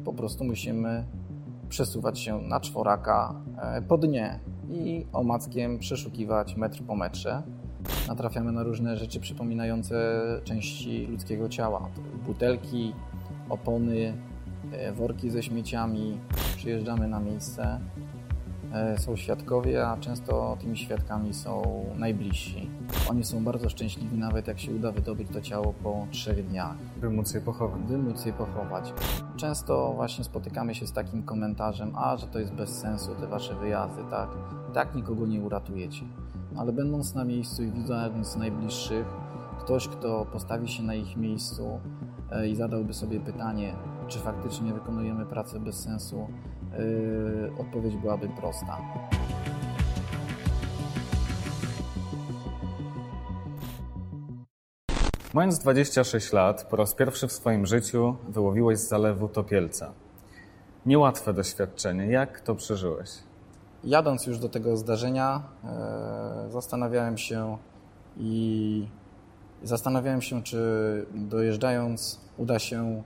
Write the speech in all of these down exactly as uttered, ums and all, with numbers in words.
po prostu musimy przesuwać się na czworaka po dnie i omackiem przeszukiwać metr po metrze. Natrafiamy na różne rzeczy przypominające części ludzkiego ciała. Butelki, opony, worki ze śmieciami. Przyjeżdżamy na miejsce, są świadkowie, a często tymi świadkami są najbliżsi. Oni są bardzo szczęśliwi, nawet jak się uda wydobyć to ciało po trzech dniach. By móc je pochować. By móc je pochować. Często właśnie spotykamy się z takim komentarzem, a że to jest bez sensu, te wasze wyjazdy, tak? Tak nikogo nie uratujecie. Ale będąc na miejscu i widząc najbliższych, ktoś, kto postawi się na ich miejscu i zadałby sobie pytanie, czy faktycznie wykonujemy pracę bez sensu, yy, odpowiedź byłaby prosta. Mając dwadzieścia sześć lat, po raz pierwszy w swoim życiu wyłowiłeś z zalewu topielca. Niełatwe doświadczenie. Jak to przeżyłeś? Jadąc już do tego zdarzenia, yy, zastanawiałem się i zastanawiałem się, czy dojeżdżając uda się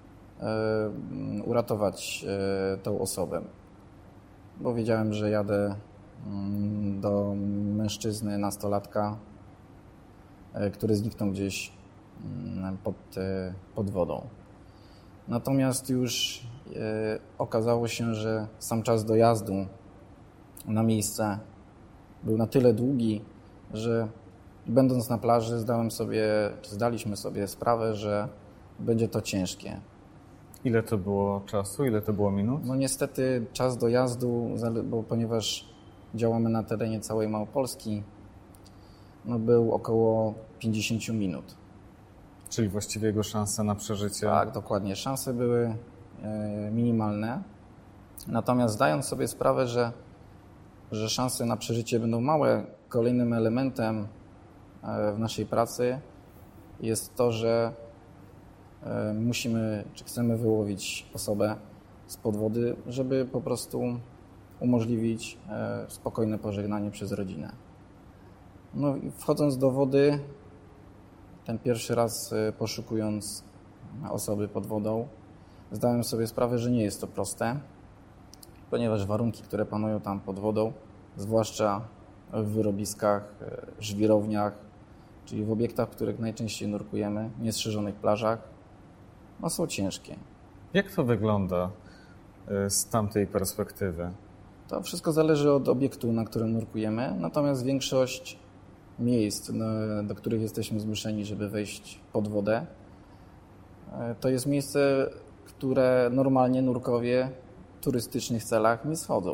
yy, uratować yy, tą osobę. Bo wiedziałem, że jadę yy, do mężczyzny, nastolatka, yy, który zniknął gdzieś yy, pod, yy, pod wodą. Natomiast już yy, okazało się, że sam czas dojazdu na miejsce był na tyle długi, że będąc na plaży zdałem sobie, czy zdaliśmy sobie sprawę, że będzie to ciężkie. Ile to było czasu? Ile to było minut? No niestety czas dojazdu, bo ponieważ działamy na terenie całej Małopolski, no był około pięćdziesiąt minut. Czyli właściwie jego szanse na przeżycie? Tak, dokładnie. Szanse były minimalne. Natomiast zdając sobie sprawę, że, że szanse na przeżycie będą małe, kolejnym elementem w naszej pracy jest to, że musimy, czy chcemy wyłowić osobę spod wody, żeby po prostu umożliwić spokojne pożegnanie przez rodzinę. No i wchodząc do wody, ten pierwszy raz poszukując osoby pod wodą, zdałem sobie sprawę, że nie jest to proste, ponieważ warunki, które panują tam pod wodą, zwłaszcza w wyrobiskach, żwirowniach, czyli w obiektach, w których najczęściej nurkujemy, niestrzeżonych plażach, no są ciężkie. Jak to wygląda z tamtej perspektywy? To wszystko zależy od obiektu, na którym nurkujemy, natomiast większość miejsc, do których jesteśmy zmuszeni, żeby wejść pod wodę, to jest miejsce, które normalnie nurkowie w turystycznych celach nie schodzą.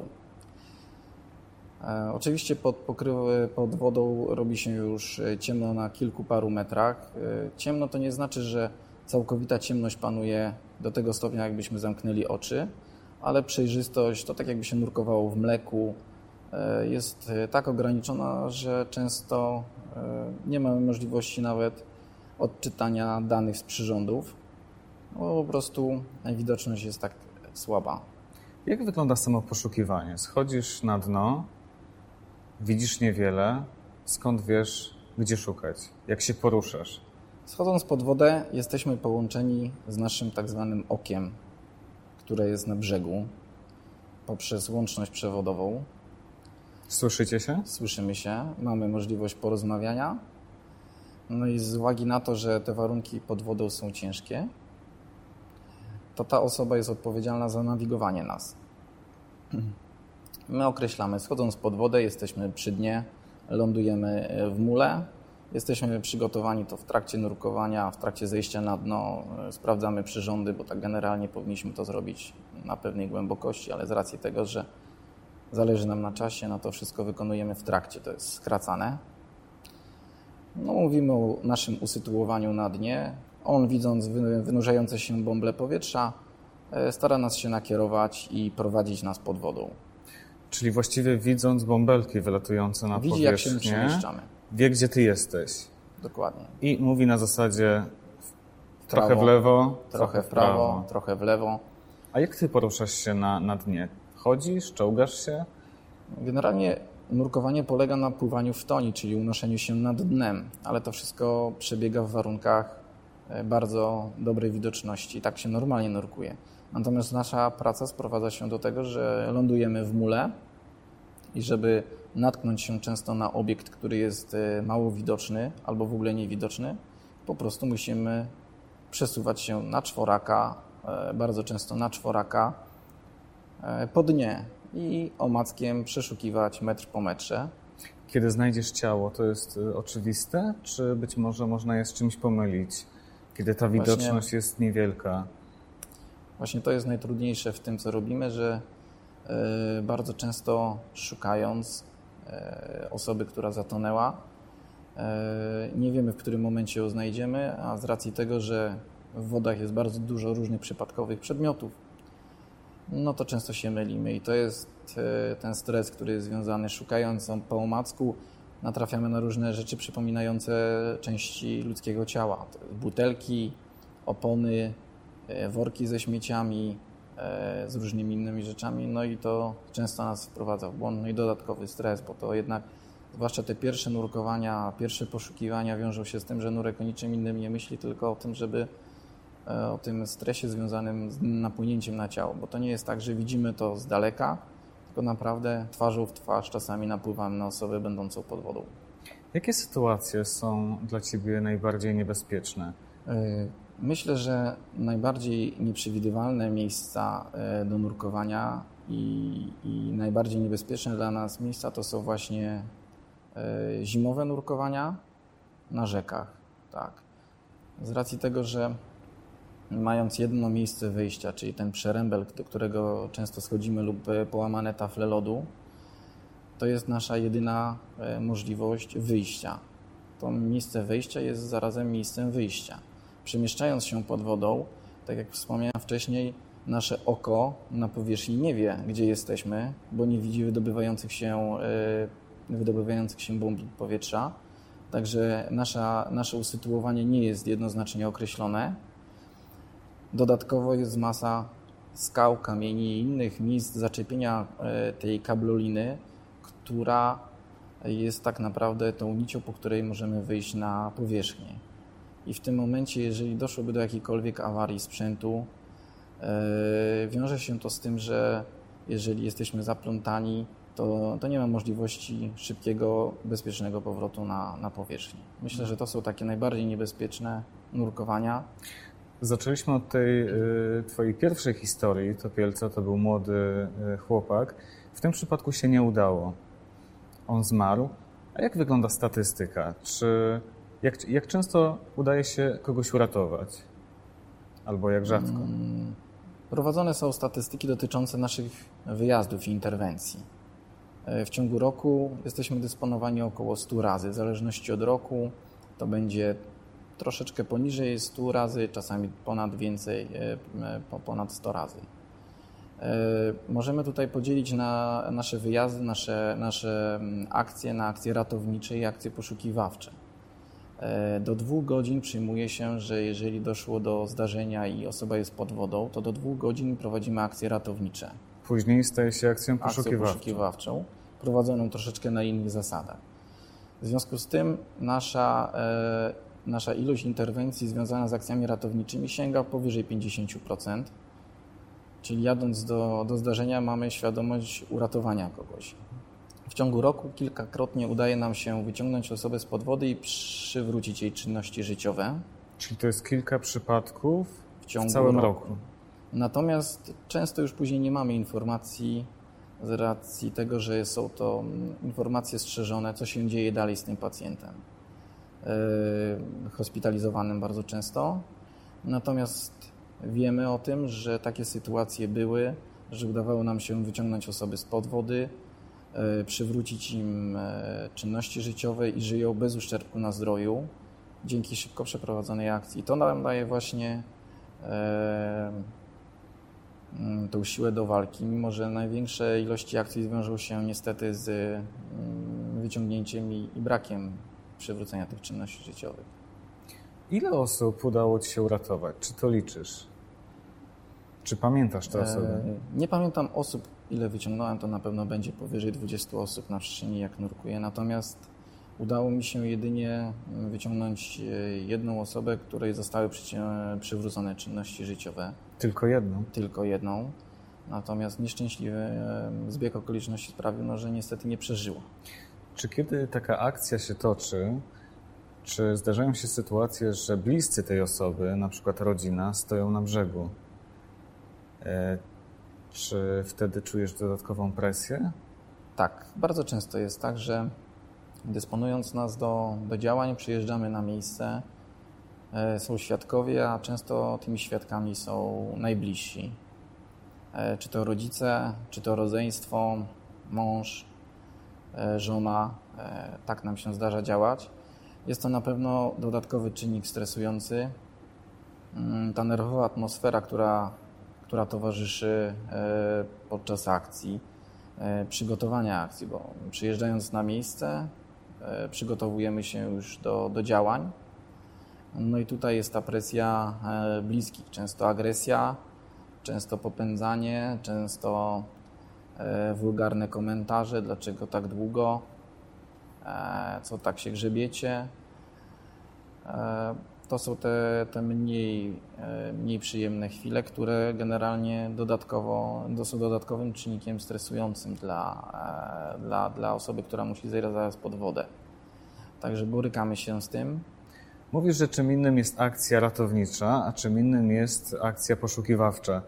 Oczywiście pod, pokrywy, pod wodą robi się już ciemno na kilku paru metrach. Ciemno to nie znaczy, że całkowita ciemność panuje do tego stopnia, jakbyśmy zamknęli oczy, ale przejrzystość, to tak jakby się nurkowało w mleku, jest tak ograniczona, że często nie mamy możliwości nawet odczytania danych z przyrządów, bo po prostu widoczność jest tak słaba. Jak wygląda samo poszukiwanie? Schodzisz na dno, widzisz niewiele, skąd wiesz, gdzie szukać? Jak się poruszasz? Schodząc pod wodę, jesteśmy połączeni z naszym tak zwanym okiem, które jest na brzegu, poprzez łączność przewodową. Słyszycie się? Słyszymy się, mamy możliwość porozmawiania. No i z uwagi na to, że te warunki pod wodą są ciężkie, to ta osoba jest odpowiedzialna za nawigowanie nas. My określamy, schodząc pod wodę, jesteśmy przy dnie, lądujemy w mule, jesteśmy przygotowani to w trakcie nurkowania, w trakcie zejścia na dno, sprawdzamy przyrządy, bo tak generalnie powinniśmy to zrobić na pewnej głębokości, ale z racji tego, że zależy nam na czasie, no to wszystko wykonujemy w trakcie, to jest skracane. No, mówimy o naszym usytuowaniu na dnie. On, widząc wynurzające się bąble powietrza, stara nas się nakierować i prowadzić nas pod wodą. Czyli właściwie widząc bąbelki wylatujące na Widzi, powierzchnię, jak się przemieszczamy. Wie, gdzie ty jesteś. Dokładnie. I mówi na zasadzie w trochę prawo, w lewo, trochę w prawo, prawo, trochę w lewo. A jak ty poruszasz się na, na dnie? Chodzisz, czołgasz się? Generalnie nurkowanie polega na pływaniu w toni, czyli unoszeniu się nad dnem, ale to wszystko przebiega w warunkach bardzo dobrej widoczności. Tak się normalnie nurkuje. Natomiast nasza praca sprowadza się do tego, że lądujemy w mule i żeby natknąć się często na obiekt, który jest mało widoczny albo w ogóle niewidoczny, po prostu musimy przesuwać się na czworaka, bardzo często na czworaka po dnie i omackiem przeszukiwać metr po metrze. Kiedy znajdziesz ciało, to jest oczywiste, czy być może można je z czymś pomylić, kiedy ta widoczność właśnie, jest niewielka? Właśnie to jest najtrudniejsze w tym, co robimy, że y, bardzo często szukając y, osoby, która zatonęła, y, nie wiemy, w którym momencie ją znajdziemy, a z racji tego, że w wodach jest bardzo dużo różnych przypadkowych przedmiotów, no to często się mylimy i to jest ten stres, który jest związany, szukając po omacku, natrafiamy na różne rzeczy przypominające części ludzkiego ciała. To jest butelki, opony, worki ze śmieciami, z różnymi innymi rzeczami, no i to często nas wprowadza w błąd, no i dodatkowy stres, bo to jednak, zwłaszcza te pierwsze nurkowania, pierwsze poszukiwania wiążą się z tym, że nurek o niczym innym nie myśli, tylko o tym, żeby o tym stresie związanym z napłynięciem na ciało, bo to nie jest tak, że widzimy to z daleka, tylko naprawdę twarzą w twarz czasami napływamy na osobę będącą pod wodą. Jakie sytuacje są dla Ciebie najbardziej niebezpieczne? Myślę, że najbardziej nieprzewidywalne miejsca do nurkowania i, i najbardziej niebezpieczne dla nas miejsca to są właśnie zimowe nurkowania na rzekach. Tak. Z racji tego, że mając jedno miejsce wyjścia, czyli ten przerębel, do którego często schodzimy lub połamane tafle lodu, to jest nasza jedyna możliwość wyjścia. To miejsce wejścia jest zarazem miejscem wyjścia. Przemieszczając się pod wodą, tak jak wspomniałem wcześniej, nasze oko na powierzchni nie wie, gdzie jesteśmy, bo nie widzi wydobywających się, wydobywających się bomb powietrza. Także nasza, nasze usytuowanie nie jest jednoznacznie określone. Dodatkowo jest masa skał, kamieni i innych miejsc zaczepienia tej kabloliny, która jest tak naprawdę tą nicią, po której możemy wyjść na powierzchnię. I w tym momencie, jeżeli doszłoby do jakiejkolwiek awarii sprzętu, wiąże się to z tym, że jeżeli jesteśmy zaplątani, to, to nie ma możliwości szybkiego, bezpiecznego powrotu na, na powierzchnię. Myślę, że to są takie najbardziej niebezpieczne nurkowania. Zaczęliśmy od tej y, Twojej pierwszej historii. Topielca to był młody y, chłopak. W tym przypadku się nie udało. On zmarł. A jak wygląda statystyka? Czy, jak, jak często udaje się kogoś uratować? Albo jak rzadko? Hmm. Prowadzone są statystyki dotyczące naszych wyjazdów i interwencji. W ciągu roku jesteśmy dysponowani około stu razy. W zależności od roku to będzie troszeczkę poniżej stu razy, czasami ponad więcej, ponad sto razy. Możemy tutaj podzielić na nasze wyjazdy, nasze, nasze akcje na akcje ratownicze i akcje poszukiwawcze. Do dwóch godzin przyjmuje się, że jeżeli doszło do zdarzenia i osoba jest pod wodą, to do dwóch godzin prowadzimy akcje ratownicze. Później staje się akcją poszukiwawczą. Akcją poszukiwawczą, prowadzoną troszeczkę na innych zasadach. W związku z tym nasza, e, nasza ilość interwencji związana z akcjami ratowniczymi sięga powyżej pięćdziesiąt procent. Czyli jadąc do, do zdarzenia mamy świadomość uratowania kogoś. W ciągu roku kilkakrotnie udaje nam się wyciągnąć osobę spod wody i przywrócić jej czynności życiowe. Czyli to jest kilka przypadków w, ciągu w całym roku. roku. Natomiast często już później nie mamy informacji z racji tego, że są to informacje strzeżone, co się dzieje dalej z tym pacjentem. Yy, hospitalizowanym bardzo często. Natomiast wiemy o tym, że takie sytuacje były, że udawało nam się wyciągnąć osoby spod wody, yy, przywrócić im yy, czynności życiowe i żyją bez uszczerbku na zdrowiu dzięki szybko przeprowadzonej akcji. To nam daje właśnie yy, tą siłę do walki, mimo że największe ilości akcji wiążą się niestety z wyciągnięciem i brakiem przywrócenia tych czynności życiowych. Ile osób udało Ci się uratować? Czy to liczysz? Czy pamiętasz te osoby? Nie pamiętam osób, ile wyciągnąłem, to na pewno będzie powyżej dwudziestu osób na przestrzeni, jak nurkuję. Natomiast Udało mi się jedynie wyciągnąć jedną osobę, której zostały przywrócone czynności życiowe. Tylko jedną? Tylko jedną. Natomiast nieszczęśliwy zbieg okoliczności sprawił, no, że niestety nie przeżyła. Czy kiedy taka akcja się toczy, czy zdarzają się sytuacje, że bliscy tej osoby, na przykład rodzina, stoją na brzegu? E, czy wtedy czujesz dodatkową presję? Tak, bardzo często jest tak, że dysponując nas do, do działań, przyjeżdżamy na miejsce, e, są świadkowie, a często tymi świadkami są najbliżsi. E, czy to rodzice, czy to rodzeństwo, mąż, e, żona. E, tak nam się zdarza działać. Jest to na pewno dodatkowy czynnik stresujący. Ta nerwowa atmosfera, która, która towarzyszy podczas akcji, przygotowania akcji, bo przyjeżdżając na miejsce przygotowujemy się już do, do działań. No i tutaj jest ta presja bliskich, często agresja, często popędzanie, często wulgarne komentarze, dlaczego tak długo, co tak się grzebiecie. To są te, te mniej, mniej przyjemne chwile, które generalnie dodatkowo, są dodatkowym czynnikiem stresującym dla, dla, dla osoby, która musi zejść zaraz pod wodę. Także borykamy się z tym. Mówisz, że czym innym jest akcja ratownicza, a czym innym jest akcja poszukiwawcza.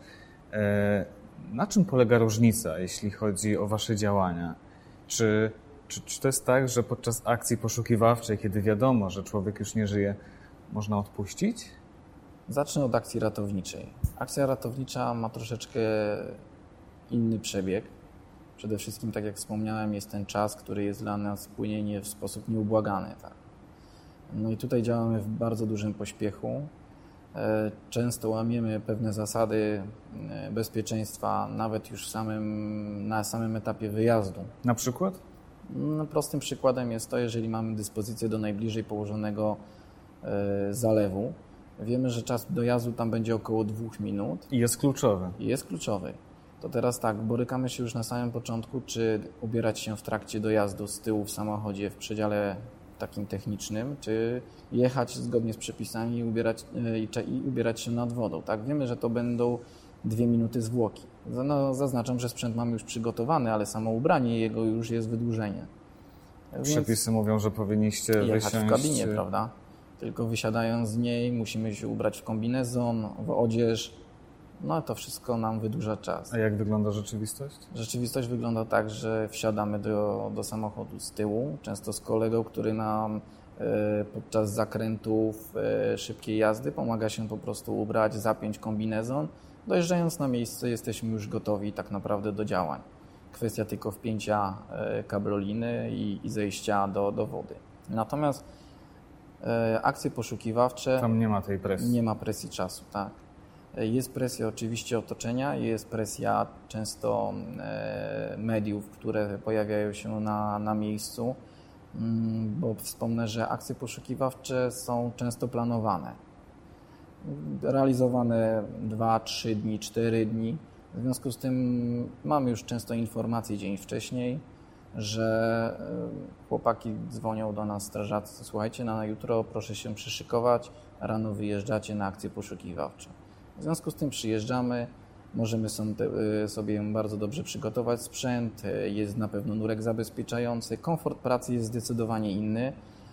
Na czym polega różnica, jeśli chodzi o wasze działania? Czy Czy, czy to jest tak, że podczas akcji poszukiwawczej, kiedy wiadomo, że człowiek już nie żyje, można odpuścić? Zacznę od akcji ratowniczej. Akcja ratownicza ma troszeczkę inny przebieg. Przede wszystkim, tak jak wspomniałem, jest ten czas, który jest dla nas płynienie w sposób nieubłagany. Tak? No i tutaj działamy w bardzo dużym pośpiechu. Często łamiemy pewne zasady bezpieczeństwa, nawet już w samym, na samym etapie wyjazdu. Na przykład? No, prostym przykładem jest to, jeżeli mamy dyspozycję do najbliżej położonego y, zalewu. Wiemy, że czas dojazdu tam będzie około dwóch minut. I jest kluczowy. I jest kluczowy. To teraz tak, borykamy się już na samym początku, czy ubierać się w trakcie dojazdu z tyłu w samochodzie w przedziale takim technicznym, czy jechać zgodnie z przepisami i ubierać, y, i ubierać się nad wodą. Tak? Wiemy, że to będą dwie minuty zwłoki. No, zaznaczam, że sprzęt mamy już przygotowany, ale samo ubranie jego już jest wydłużenie. Przepisy mówią, że powinniście jechać wysiąść... w kabinie, prawda? Tylko wysiadając z niej musimy się ubrać w kombinezon, w odzież. No to wszystko nam wydłuża czas. A jak wygląda rzeczywistość? Rzeczywistość wygląda tak, że wsiadamy do, do samochodu z tyłu, często z kolegą, który nam e, podczas zakrętów e, szybkiej jazdy pomaga się po prostu ubrać, zapiąć kombinezon. Dojeżdżając na miejsce jesteśmy już gotowi tak naprawdę do działań. Kwestia tylko wpięcia kabroliny i, i zejścia do, do wody. Natomiast e, akcje poszukiwawcze... Tam nie ma tej presji. Nie ma presji czasu, tak. Jest presja oczywiście otoczenia, jest presja często e, mediów, które pojawiają się na, na miejscu, mm, bo wspomnę, że akcje poszukiwawcze są często planowane. Realizowane dwa, trzy dni, cztery dni. W związku z tym mamy już często informacje dzień wcześniej, że chłopaki dzwonią do nas strażacy. Słuchajcie, na jutro proszę się przyszykować, rano wyjeżdżacie na akcję poszukiwawczą. W związku z tym przyjeżdżamy, możemy sobie bardzo dobrze przygotować sprzęt, jest na pewno nurek zabezpieczający, komfort pracy jest zdecydowanie inny.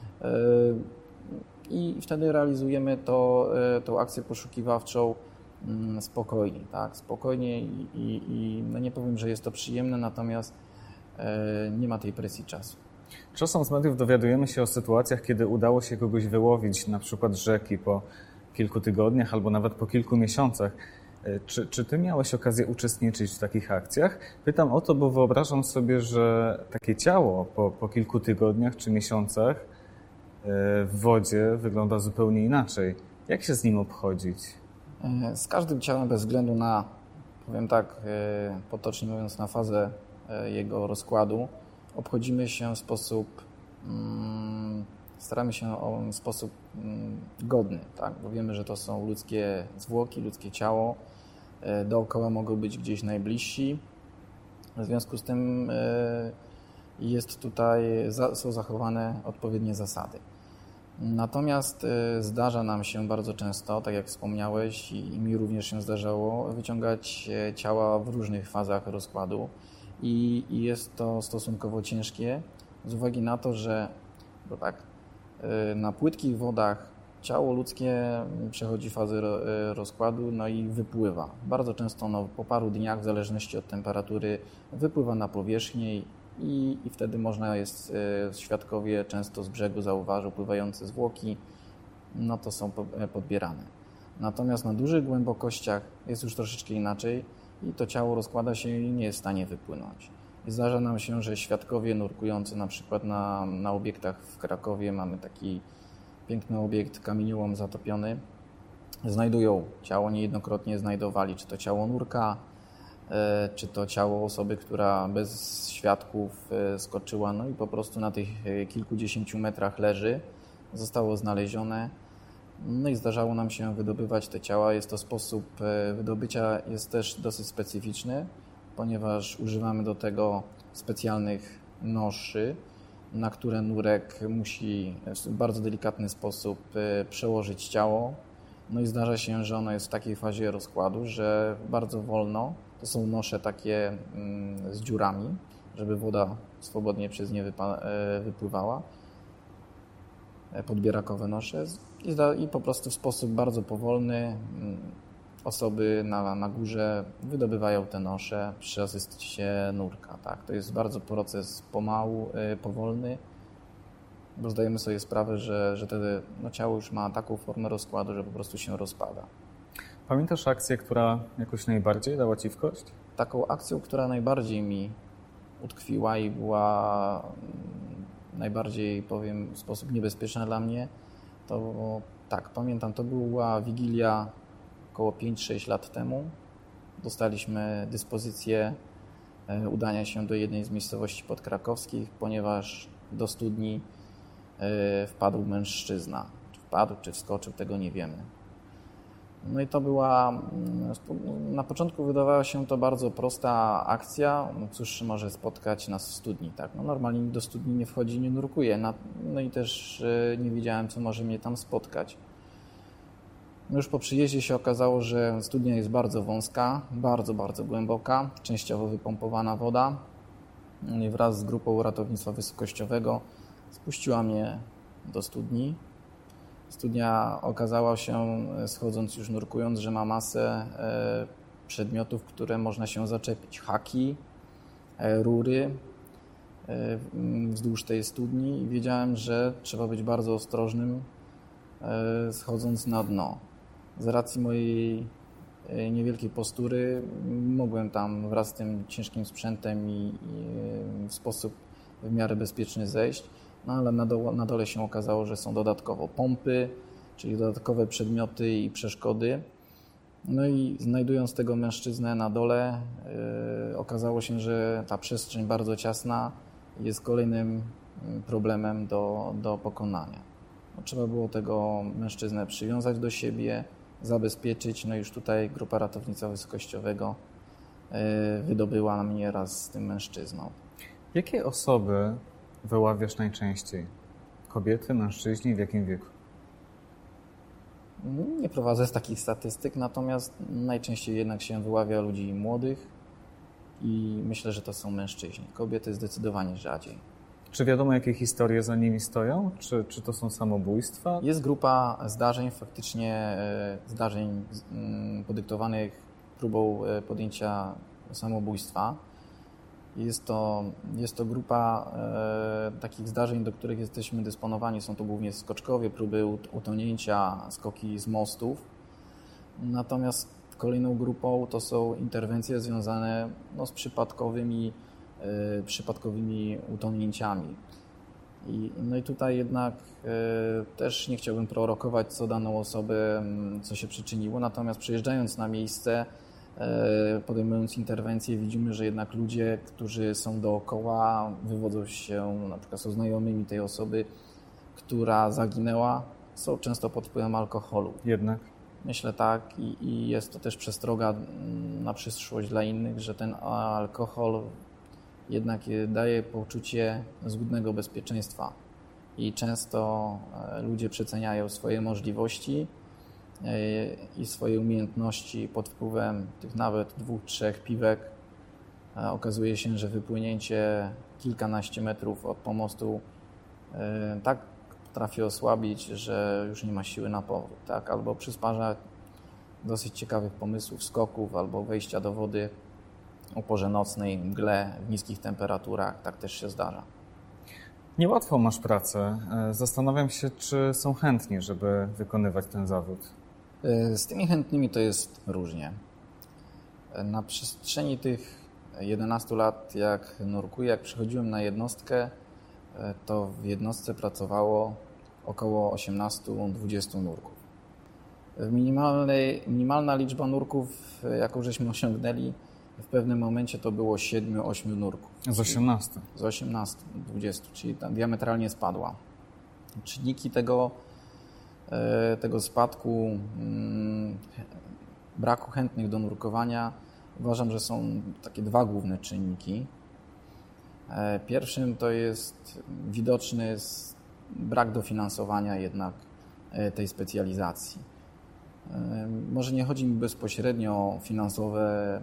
I wtedy realizujemy to, tą akcję poszukiwawczą spokojnie, tak? Spokojnie i, i, i no nie powiem, że jest to przyjemne, natomiast nie ma tej presji czasu. Czasem z mediów dowiadujemy się o sytuacjach, kiedy udało się kogoś wyłowić, na przykład z rzeki po kilku tygodniach albo nawet po kilku miesiącach. Czy, czy ty miałeś okazję uczestniczyć w takich akcjach? Pytam o to, bo wyobrażam sobie, że takie ciało po, po kilku tygodniach czy miesiącach w wodzie wygląda zupełnie inaczej. Jak się z nim obchodzić? Z każdym ciałem bez względu na, powiem tak, potocznie mówiąc, na fazę jego rozkładu, obchodzimy się w sposób, staramy się o sposób godny, tak? Bo wiemy, że to są ludzkie zwłoki, ludzkie ciało, dookoła mogą być gdzieś najbliżsi. W związku z tym i jest tutaj, są zachowane odpowiednie zasady. Natomiast zdarza nam się bardzo często, tak jak wspomniałeś i mi również się zdarzało, wyciągać ciała w różnych fazach rozkładu i, i jest to stosunkowo ciężkie z uwagi na to, że bo tak, na płytkich wodach ciało ludzkie przechodzi fazę rozkładu, no i wypływa. Bardzo często no, po paru dniach, w zależności od temperatury, wypływa na powierzchnię i, i wtedy można jest, świadkowie często z brzegu zauważą pływające zwłoki, no to są podbierane. Natomiast na dużych głębokościach jest już troszeczkę inaczej i to ciało rozkłada się i nie jest w stanie wypłynąć. I zdarza nam się, że świadkowie nurkujący na przykład na, na obiektach w Krakowie, mamy taki piękny obiekt, kamieniołom zatopiony, znajdują ciało, niejednokrotnie znajdowali, czy to ciało nurka, czy to ciało osoby, która bez świadków skoczyła, no i po prostu na tych kilkudziesięciu metrach leży, zostało znalezione. No i zdarzało nam się wydobywać te ciała. Jest to sposób wydobycia, jest też dosyć specyficzny, ponieważ używamy do tego specjalnych noszy, na które nurek musi w bardzo delikatny sposób przełożyć ciało. No i zdarza się, że ono jest w takiej fazie rozkładu, że bardzo wolno, to są nosze takie z dziurami, żeby woda swobodnie przez nie wypływała, podbierakowe nosze i po prostu w sposób bardzo powolny osoby na, na górze wydobywają te nosze przy asyście nurka. Tak? To jest bardzo proces pomału, powolny, bo zdajemy sobie sprawę, że, że te, no, ciało już ma taką formę rozkładu, że po prostu się rozpada. Pamiętasz akcję, która jakoś najbardziej dała Ci w kość? Taką akcją, która najbardziej mi utkwiła i była najbardziej, powiem, w sposób niebezpieczny dla mnie, to tak, pamiętam, to była Wigilia około pięć sześć lat temu. Dostaliśmy dyspozycję udania się do jednej z miejscowości podkrakowskich, ponieważ do studni wpadł mężczyzna. Czy wpadł, czy wskoczył, tego nie wiemy. No i to była, na początku wydawała się to bardzo prosta akcja. No cóż może spotkać nas w studni, tak? No normalnie do studni nie wchodzi, nie nurkuje. No i też nie wiedziałem, co może mnie tam spotkać. No już po przyjeździe się okazało, że studnia jest bardzo wąska, bardzo, bardzo głęboka, częściowo wypompowana woda. I wraz z grupą ratownictwa wysokościowego spuściła mnie do studni. Studnia okazała się, schodząc już nurkując, że ma masę przedmiotów, które można się zaczepić. Haki, rury wzdłuż tej studni i wiedziałem, że trzeba być bardzo ostrożnym, schodząc na dno. Z racji mojej niewielkiej postury mogłem tam wraz z tym ciężkim sprzętem i, i w sposób w miarę bezpieczny zejść, no ale na dole, na dole się okazało, że są dodatkowo pompy, czyli dodatkowe przedmioty i przeszkody. No i znajdując tego mężczyznę na dole, yy, okazało się, że ta przestrzeń bardzo ciasna jest kolejnym problemem do, do pokonania. No, trzeba było tego mężczyznę przywiązać do siebie, zabezpieczyć. No już tutaj grupa ratownictwa wysokościowego wydobyła mnie raz z tym mężczyzną. Jakie osoby wyławiasz najczęściej? Kobiety, mężczyźni, w jakim wieku? Nie prowadzę z takich statystyk, natomiast najczęściej jednak się wyławia ludzi młodych i myślę, że to są mężczyźni. Kobiety zdecydowanie rzadziej. Czy wiadomo, jakie historie za nimi stoją? Czy, czy to są samobójstwa? Jest grupa zdarzeń, faktycznie zdarzeń podyktowanych próbą podjęcia samobójstwa. Jest to, jest to grupa e, takich zdarzeń, do których jesteśmy dysponowani. Są to głównie skoczkowie, próby utonięcia, skoki z mostów. Natomiast kolejną grupą to są interwencje związane no, z przypadkowymi, e, przypadkowymi utonięciami. I, no i tutaj jednak e, też nie chciałbym prorokować, co daną osobę, co się przyczyniło. Natomiast przyjeżdżając na miejsce, podejmując interwencję, widzimy, że jednak ludzie, którzy są dookoła, wywodzą się, na przykład są znajomymi tej osoby, która zaginęła, są często pod wpływem alkoholu. Jednak? Myślę tak i, i jest to też przestroga na przyszłość dla innych, że ten alkohol jednak daje poczucie zgubnego bezpieczeństwa i często ludzie przeceniają swoje możliwości i swoje umiejętności pod wpływem tych nawet dwóch, trzech piwek. Okazuje się, że wypłynięcie kilkanaście metrów od pomostu tak potrafi osłabić, że już nie ma siły na powrót, tak? Albo przysparza dosyć ciekawych pomysłów, skoków, albo wejścia do wody o porze nocnej, mgle, w niskich temperaturach. Tak też się zdarza. Niełatwą masz pracę. Zastanawiam się, czy są chętni, żeby wykonywać ten zawód. Z tymi chętnymi to jest różnie. Na przestrzeni tych jedenastu lat, jak nurkuję, jak przychodziłem na jednostkę, to w jednostce pracowało około osiemnaście do dwudziestu nurków. Minimalnej, minimalna liczba nurków, jaką żeśmy osiągnęli, w pewnym momencie to było siedem osiem nurków. Z osiemnastu? Z osiemnastu do dwudziestu, czyli tam diametralnie spadła. Czynniki tego, tego spadku, braku chętnych do nurkowania, uważam, że są takie dwa główne czynniki. Pierwszym to jest widoczny brak dofinansowania jednak tej specjalizacji. Może nie chodzi mi bezpośrednio o finansowe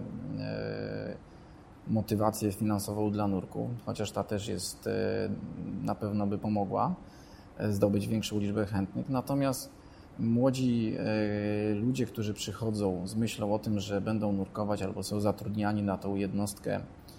motywację finansową dla nurków, chociaż ta też jest, na pewno by pomogła zdobyć większą liczbę chętnych. Natomiast młodzi ludzie, którzy przychodzą z myślą o tym, że będą nurkować albo są zatrudniani na tą jednostkę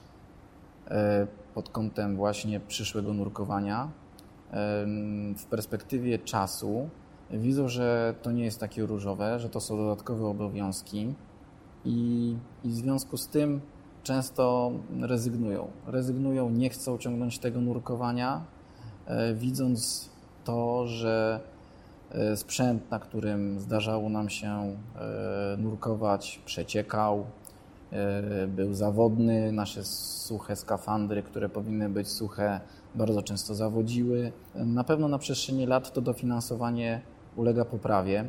pod kątem właśnie przyszłego nurkowania, w perspektywie czasu widzą, że to nie jest takie różowe, że to są dodatkowe obowiązki i, i w związku z tym często rezygnują. Rezygnują, nie chcą ciągnąć tego nurkowania, widząc to, że sprzęt, na którym zdarzało nam się nurkować, przeciekał, był zawodny, nasze suche skafandry, które powinny być suche, bardzo często zawodziły. Na pewno na przestrzeni lat to dofinansowanie ulega poprawie.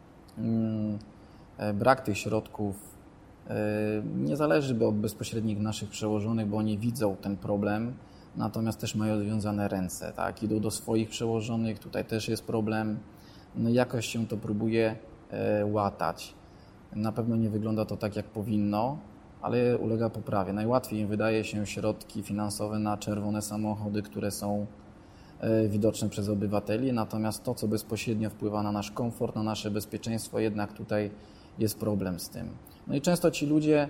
Brak tych środków nie zależy od bezpośrednich naszych przełożonych, bo oni widzą ten problem, natomiast też mają związane ręce, tak? Idą do swoich przełożonych, tutaj też jest problem. No jakoś się to próbuje łatać. Na pewno nie wygląda to tak, jak powinno, ale ulega poprawie. Najłatwiej wydaje się środki finansowe na czerwone samochody, które są widoczne przez obywateli, natomiast to, co bezpośrednio wpływa na nasz komfort, na nasze bezpieczeństwo, jednak tutaj jest problem z tym. No i często ci ludzie,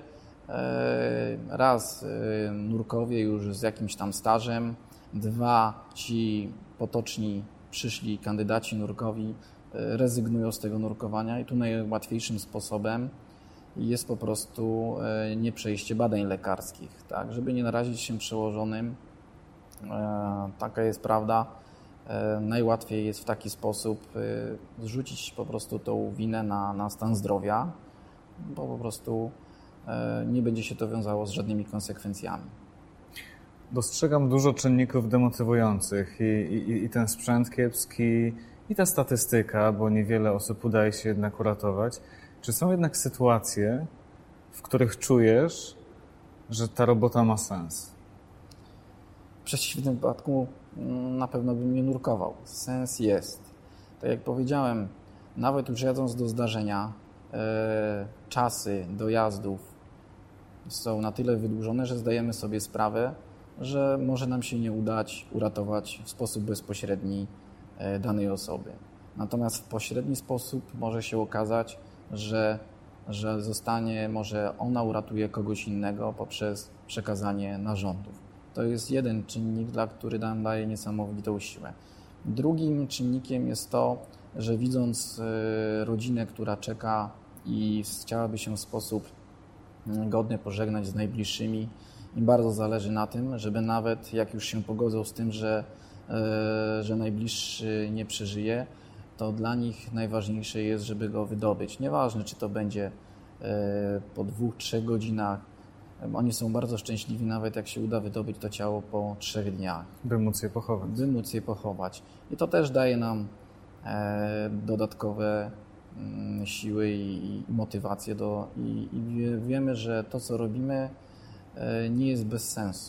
raz nurkowie już z jakimś tam stażem, dwa ci potoczni przyszli kandydaci nurkowi rezygnują z tego nurkowania i tu najłatwiejszym sposobem jest po prostu nieprzejście badań lekarskich, tak, żeby nie narazić się przełożonym. Taka jest prawda. Najłatwiej jest w taki sposób zrzucić po prostu tą winę na, na stan zdrowia, bo po prostu nie będzie się to wiązało z żadnymi konsekwencjami. Dostrzegam dużo czynników demotywujących i, i, i ten sprzęt kiepski, i ta statystyka, bo niewiele osób udaje się jednak uratować. Czy są jednak sytuacje, w których czujesz, że ta robota ma sens? W przeciwnym wypadku na pewno bym nie nurkował. Sens jest. Tak jak powiedziałem, nawet już jadąc do zdarzenia, e, czasy dojazdów są na tyle wydłużone, że zdajemy sobie sprawę, że może nam się nie udać uratować w sposób bezpośredni e, danej osoby. Natomiast w pośredni sposób może się okazać, że, że zostanie, może ona uratuje kogoś innego poprzez przekazanie narządów. To jest jeden czynnik, dla który nam daje niesamowitą siłę. Drugim czynnikiem jest to, że widząc rodzinę, która czeka i chciałaby się w sposób godny pożegnać z najbliższymi, im bardzo zależy na tym, żeby nawet jak już się pogodzą z tym, że, że najbliższy nie przeżyje, to dla nich najważniejsze jest, żeby go wydobyć. Nieważne, czy to będzie po dwóch, trzech godzinach. Oni są bardzo szczęśliwi, nawet jak się uda wydobyć to ciało po trzech dniach. By móc je pochować. By móc je pochować. I to też daje nam e, dodatkowe m, siły i, i motywację. Do, i, i wiemy, że to, co robimy, e, nie jest bez sensu.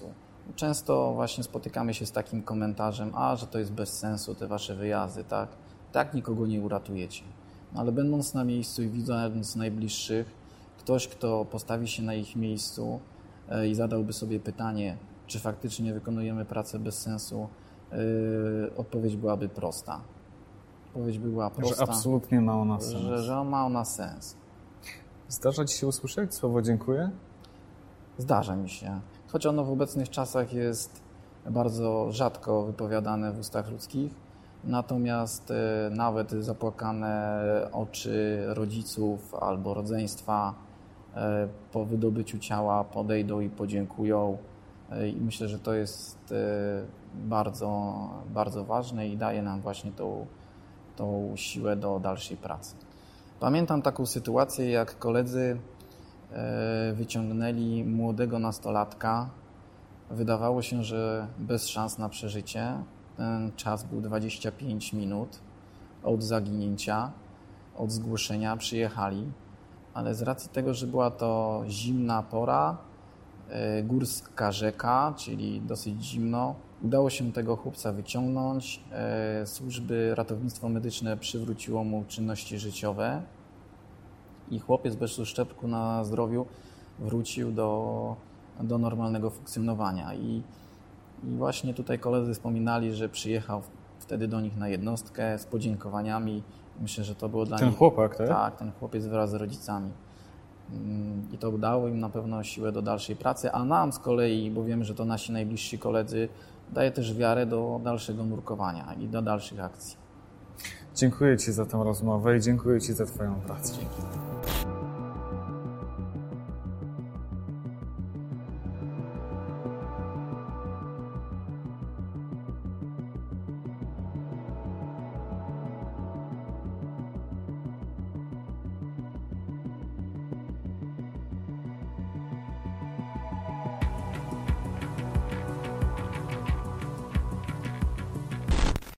Często właśnie spotykamy się z takim komentarzem, a że to jest bez sensu te wasze wyjazdy, tak? Tak nikogo nie uratujecie. No, ale będąc na miejscu i widząc najbliższych, ktoś, kto postawi się na ich miejscu i zadałby sobie pytanie, czy faktycznie wykonujemy pracę bez sensu, yy, odpowiedź byłaby prosta. Odpowiedź była prosta. Że absolutnie ma ona sens. Że, że ma ona sens. Zdarza ci się usłyszeć słowo dziękuję? Zdarza mi się. Choć ono w obecnych czasach jest bardzo rzadko wypowiadane w ustach ludzkich, natomiast yy, nawet zapłakane oczy rodziców albo rodzeństwa yy, po wydobyciu ciała podejdą i podziękują. I myślę, że to jest bardzo, bardzo ważne i daje nam właśnie tą, tą siłę do dalszej pracy. Pamiętam taką sytuację, jak koledzy wyciągnęli młodego nastolatka. Wydawało się, że bez szans na przeżycie. Ten czas był dwadzieścia pięć minut od zaginięcia, od zgłoszenia przyjechali, ale z racji tego, że była to zimna pora, górska rzeka, czyli dosyć zimno. Udało się tego chłopca wyciągnąć. Służby ratownictwo medyczne przywróciło mu czynności życiowe i chłopiec bez uszczerbku na zdrowiu wrócił do, do normalnego funkcjonowania. I, I właśnie tutaj koledzy wspominali, że przyjechał wtedy do nich na jednostkę z podziękowaniami. Myślę, że to było dla ten nich... Ten chłopak, tak? Tak, ten chłopiec wraz z rodzicami. I to dało im na pewno siłę do dalszej pracy, a nam z kolei, bo wiemy, że to nasi najbliżsi koledzy, daje też wiarę do dalszego nurkowania i do dalszych akcji. Dziękuję Ci za tę rozmowę i dziękuję Ci za Twoją pracę. Dzięki.